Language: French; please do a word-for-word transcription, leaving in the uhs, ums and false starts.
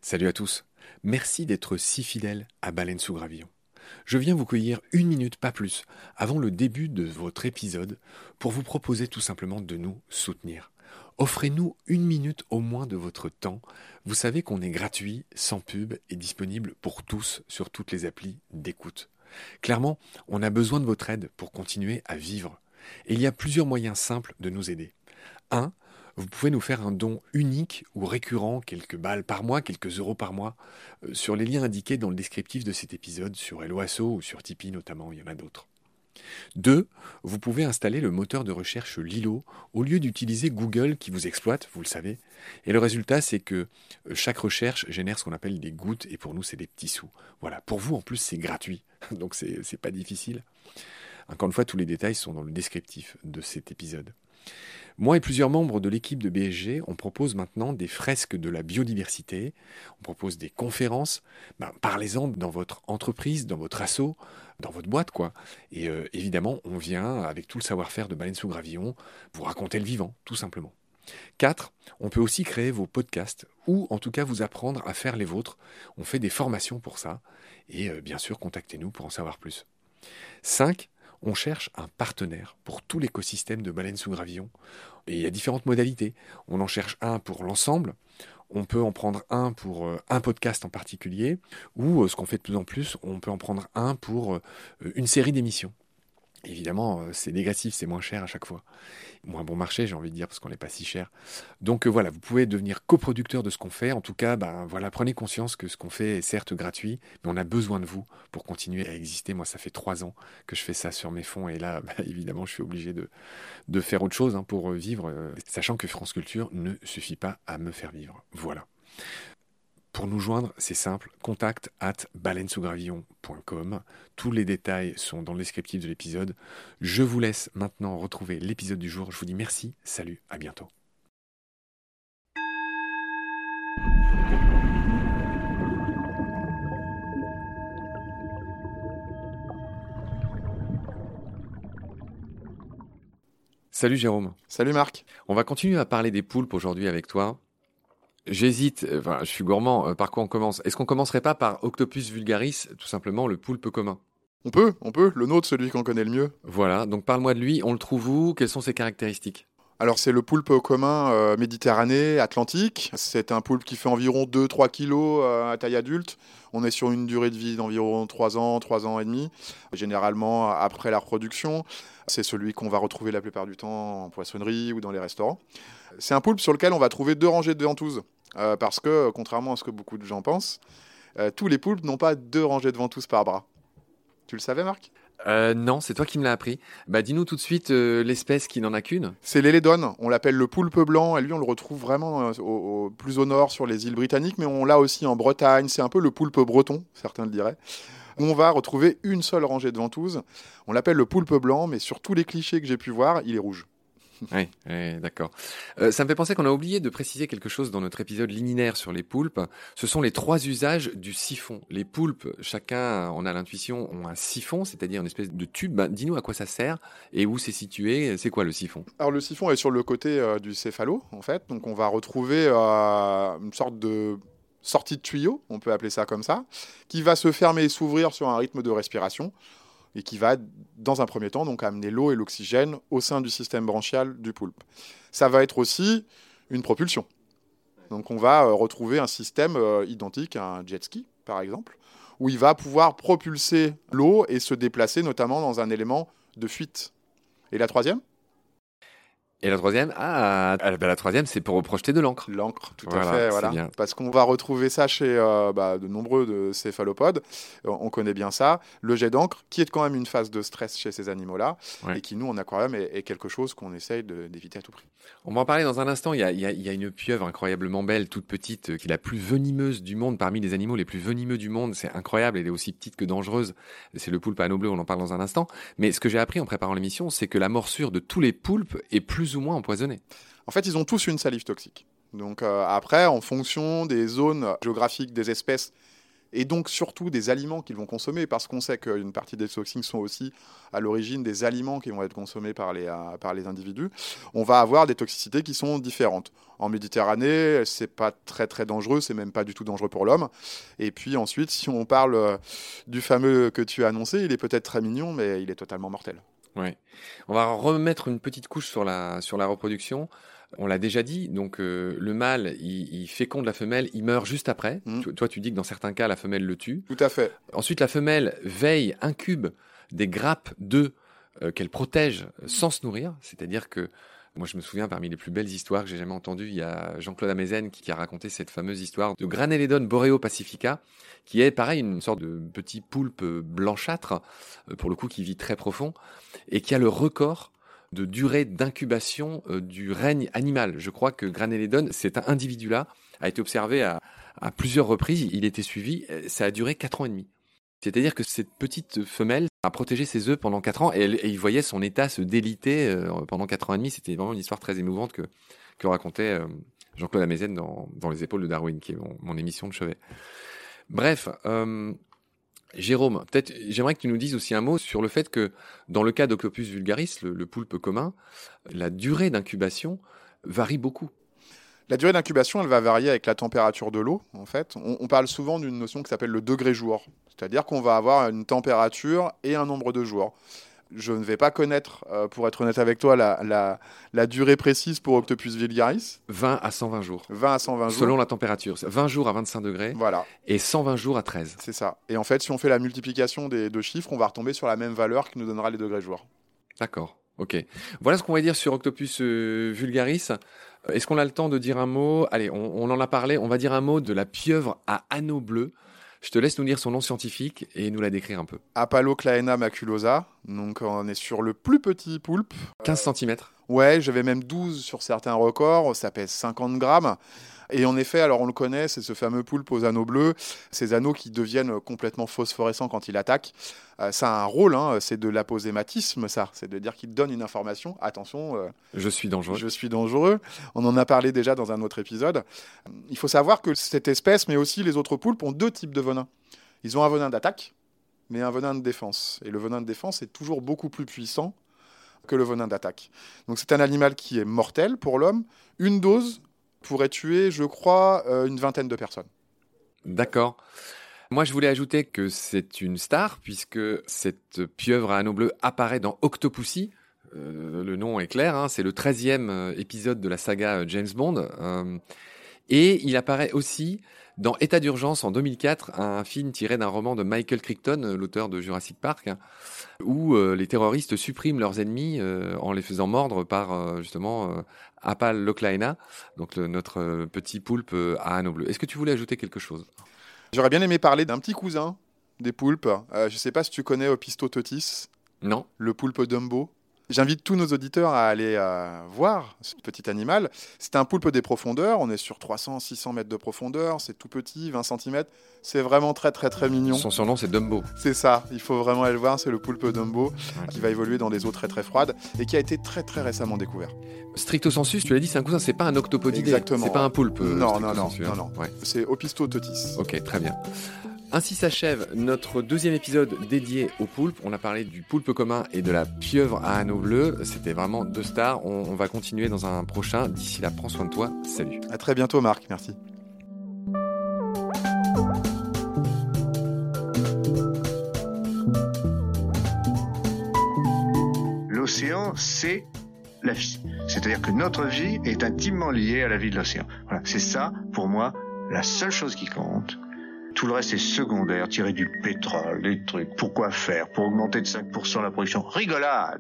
Salut à tous. Merci d'être si fidèles à Baleine sous Gravillon. Je viens vous cueillir une minute, pas plus, avant le début de votre épisode pour vous proposer tout simplement de nous soutenir. Offrez-nous une minute au moins de votre temps. Vous savez qu'on est gratuit, sans pub et disponible pour tous sur toutes les applis d'écoute. Clairement, on a besoin de votre aide pour continuer à vivre. Et il y a plusieurs moyens simples de nous aider. un. Vous pouvez nous faire un don unique ou récurrent, quelques balles par mois, quelques euros par mois, euh, sur les liens indiqués dans le descriptif de cet épisode, sur Helloasso ou sur Tipeee notamment, il y en a d'autres. deux. Vous pouvez installer le moteur de recherche Lilo au lieu d'utiliser Google qui vous exploite, vous le savez. Et le résultat, c'est que chaque recherche génère ce qu'on appelle des gouttes, et pour nous, c'est des petits sous. Voilà, pour vous, en plus, c'est gratuit, donc c'est, c'est pas difficile. Encore une fois, tous les détails sont dans le descriptif de cet épisode. Moi et plusieurs membres de l'équipe de B S G, on propose maintenant des fresques de la biodiversité, on propose des conférences, ben, parlez-en dans votre entreprise, dans votre asso, dans votre boîte, quoi. Et euh, évidemment, on vient, avec tout le savoir-faire de Baleine sous Gravillon, vous raconter le vivant, tout simplement. quatre. On peut aussi créer vos podcasts, ou en tout cas vous apprendre à faire les vôtres. On fait des formations pour ça, et euh, bien sûr, contactez-nous pour en savoir plus. cinq. On cherche un partenaire pour tout l'écosystème de Baleine sous Gravillon. Et il y a différentes modalités. On en cherche un pour l'ensemble. On peut en prendre un pour euh, un podcast en particulier. Ou, euh, ce qu'on fait de plus en plus, on peut en prendre un pour euh, une série d'émissions. Évidemment, euh, c'est négatif, c'est moins cher à chaque fois. Moins bon marché, j'ai envie de dire, parce qu'on n'est pas si cher. Donc euh, voilà, vous pouvez devenir coproducteur de ce qu'on fait. En tout cas, ben, voilà, prenez conscience que ce qu'on fait est certes gratuit, mais on a besoin de vous pour continuer à exister. Moi, ça fait trois ans que je fais ça sur mes fonds. Et là, ben, évidemment, je suis obligé de, de faire autre chose hein, pour vivre, euh, sachant que France Culture ne suffit pas à me faire vivre. Voilà. Pour nous joindre, c'est simple, contact at baleine sous gravillon point com. Tous les détails sont dans le descriptif de l'épisode. Je vous laisse maintenant retrouver l'épisode du jour. Je vous dis merci, salut, à bientôt. Salut Jérôme. Salut Marc. On va continuer à parler des poulpes aujourd'hui avec toi. J'hésite, enfin, je suis gourmand, par quoi on commence ? Est-ce qu'on commencerait pas par Octopus vulgaris, tout simplement le poulpe commun ? On peut, on peut, le nôtre, celui qu'on connaît le mieux. Voilà, donc parle-moi de lui, on le trouve où ? Quelles sont ses caractéristiques ? Alors c'est le poulpe commun euh, méditerranéen atlantique. C'est un poulpe qui fait environ deux à trois kilos euh, à taille adulte. On est sur une durée de vie d'environ trois ans, trois ans et demi, généralement après la reproduction. C'est celui qu'on va retrouver la plupart du temps en poissonnerie ou dans les restaurants. C'est un poulpe sur lequel on va trouver deux rangées de ventouses. Euh, parce que, contrairement à ce que beaucoup de gens pensent, euh, tous les poulpes n'ont pas deux rangées de ventouses par bras. Tu le savais, Marc ? Euh, non, c'est toi qui me l'as appris. Bah, dis-nous tout de suite euh, l'espèce qui n'en a qu'une. C'est l'élédone. On l'appelle le poulpe blanc. Et lui, on le retrouve vraiment euh, au, au, plus au nord sur les îles britanniques, mais on l'a aussi en Bretagne. C'est un peu le poulpe breton, certains le diraient. On va retrouver une seule rangée de ventouses. On l'appelle le poulpe blanc, mais sur tous les clichés que j'ai pu voir, il est rouge. Oui, oui, d'accord. Euh, ça me fait penser qu'on a oublié de préciser quelque chose dans notre épisode liminaire sur les poulpes. Ce sont les trois usages du siphon. Les poulpes, chacun, on a l'intuition, ont un siphon, c'est-à-dire une espèce de tube. Ben, dis-nous à quoi ça sert et où c'est situé. C'est quoi le siphon ? Alors le siphon est sur le côté euh, du céphalo, en fait. Donc on va retrouver euh, une sorte de sortie de tuyau, on peut appeler ça comme ça, qui va se fermer et s'ouvrir sur un rythme de respiration, et qui va, dans un premier temps, donc amener l'eau et l'oxygène au sein du système branchial du poulpe. Ça va être aussi une propulsion. Donc on va euh, retrouver un système euh, identique à un jet ski, par exemple, où il va pouvoir propulser l'eau et se déplacer, notamment dans un élément de fuite. Et la troisième ? Et la troisième, ah, ben la troisième, c'est pour projeter de l'encre. L'encre, tout voilà, à fait, voilà. Bien. Parce qu'on va retrouver ça chez euh, bah, de nombreux de céphalopodes. On connaît bien ça. Le jet d'encre, qui est quand même une phase de stress chez ces animaux-là, ouais. Et qui, nous, en aquarium, est, est quelque chose qu'on essaye de, d'éviter à tout prix. On va en parler dans un instant. Il y a, il y a, il y a une pieuvre incroyablement belle, toute petite, qui est la plus venimeuse du monde, parmi les animaux les plus venimeux du monde. C'est incroyable, elle est aussi petite que dangereuse. C'est le poulpe à anneau bleu, on en parle dans un instant. Mais ce que j'ai appris en préparant l'émission, c'est que la morsure de tous les poulpes est plus ou moins empoisonnée. En fait, ils ont tous une salive toxique. Donc euh, après, en fonction des zones géographiques des espèces et donc surtout des aliments qu'ils vont consommer, parce qu'on sait qu'une partie des toxines sont aussi à l'origine des aliments qui vont être consommés par les, euh, par les individus, on va avoir des toxicités qui sont différentes. En Méditerranée, c'est pas très très dangereux, c'est même pas du tout dangereux pour l'homme. Et puis ensuite, si on parle euh, du fameux que tu as annoncé, il est peut-être très mignon, mais il est totalement mortel. Ouais. On va remettre une petite couche sur la, sur la reproduction. On l'a déjà dit, donc euh, le mâle, il, il féconde la femelle, il meurt juste après. Mmh. Tu, toi, tu dis que dans certains cas, la femelle le tue. Tout à fait. Ensuite, la femelle veille, incube des grappes d'œufs euh, qu'elle protège sans se nourrir. C'est-à-dire que, moi, je me souviens, parmi les plus belles histoires que j'ai jamais entendues, il y a Jean-Claude Amezen qui, qui a raconté cette fameuse histoire de Graneledon boreo pacifica, qui est, pareil, une sorte de petit poulpe blanchâtre, euh, pour le coup, qui vit très profond, et qui a le record de durée d'incubation euh, du règne animal. Je crois que Graneledon, cet individu-là, a été observé à, à plusieurs reprises. Il était suivi. Ça a duré quatre ans et demi. C'est-à-dire que cette petite femelle a protégé ses œufs pendant quatre ans et, elle, et il voyait son état se déliter euh, pendant quatre ans et demi. C'était vraiment une histoire très émouvante que, que racontait euh, Jean-Claude Amezen dans, dans Les épaules de Darwin, qui est mon, mon émission de chevet. Bref, euh, Jérôme, peut-être j'aimerais que tu nous dises aussi un mot sur le fait que dans le cas d'Octopus vulgaris, le, le poulpe commun, la durée d'incubation varie beaucoup. La durée d'incubation, elle va varier avec la température de l'eau, en fait. On, on parle souvent d'une notion qui s'appelle le degré jour, c'est-à-dire qu'on va avoir une température et un nombre de jours. Je ne vais pas connaître, euh, pour être honnête avec toi, la, la, la durée précise pour Octopus vulgaris. vingt à cent vingt jours. vingt à cent vingt jours. Selon la température. vingt jours à vingt-cinq degrés. Voilà. Et cent vingt jours à treize. C'est ça. Et en fait, si on fait la multiplication des deux chiffres, on va retomber sur la même valeur qui nous donnera les degrés jours. D'accord. Ok. Voilà ce qu'on va dire sur Octopus euh, vulgaris. Est-ce qu'on a le temps de dire un mot ? Allez, on, on en a parlé. On va dire un mot de la pieuvre à anneaux bleus. Je te laisse nous dire son nom scientifique et nous la décrire un peu. Apalloclaena maculosa. Donc, on est sur le plus petit poulpe. quinze centimètres. Ouais, j'avais même douze sur certains records. Ça pèse cinquante grammes. Et en effet, alors on le connaît, c'est ce fameux poulpe aux anneaux bleus, ces anneaux qui deviennent complètement phosphorescents quand il attaque. Euh, ça a un rôle, hein, c'est de l'aposématisme, ça, c'est de dire qu'il donne une information. Attention, euh, je suis dangereux. Je suis dangereux. On en a parlé déjà dans un autre épisode. Il faut savoir que cette espèce, mais aussi les autres poulpes, ont deux types de venin. Ils ont un venin d'attaque, mais un venin de défense. Et le venin de défense est toujours beaucoup plus puissant que le venin d'attaque. Donc c'est un animal qui est mortel pour l'homme. Une dose pourrait tuer, je crois, euh, une vingtaine de personnes. D'accord. Moi, je voulais ajouter que c'est une star, puisque cette pieuvre à anneaux bleus apparaît dans Octopussy. Euh, le nom est clair, hein, c'est le treizième épisode de la saga James Bond. Euh, et il apparaît aussi dans État d'urgence en deux mille quatre, un film tiré d'un roman de Michael Crichton, l'auteur de Jurassic Park, hein, où euh, les terroristes suppriment leurs ennemis euh, en les faisant mordre par euh, justement euh, Apalloclaena, donc le, notre euh, petit poulpe euh, à anneaux bleus. Est-ce que tu voulais ajouter quelque chose ? J'aurais bien aimé parler d'un petit cousin des poulpes. Euh, je ne sais pas si tu connais Opisthototis. Non. Le poulpe Dumbo. J'invite tous nos auditeurs à aller euh, voir ce petit animal. C'est un poulpe des profondeurs. On est sur trois cents à six cents mètres de profondeur. C'est tout petit, vingt centimètres. C'est vraiment très, très, très mignon. Son surnom, c'est Dumbo. C'est ça. Il faut vraiment aller le voir. C'est le poulpe Dumbo, ouais, qui va évoluer dans des eaux très, très froides et qui a été très, très récemment découvert. Stricto sensu, tu l'as dit, c'est un cousin. C'est pas un octopodidé. Exactement. C'est pas un poulpe. Non, non, non. Sensu, non, hein. non. Ouais. C'est Opisthototis. Ok, très bien. Ainsi s'achève notre deuxième épisode dédié au poulpe. On a parlé du poulpe commun et de la pieuvre à anneaux bleus. C'était vraiment deux stars. On, on va continuer dans un prochain. D'ici là, prends soin de toi. Salut. À très bientôt, Marc. Merci. L'océan, c'est la vie. C'est-à-dire que notre vie est intimement liée à la vie de l'océan. Voilà, c'est ça, pour moi, la seule chose qui compte. Tout le reste est secondaire, tirer du pétrole, des trucs. Pourquoi faire ? Pour augmenter de cinq pour cent la production ? Rigolade !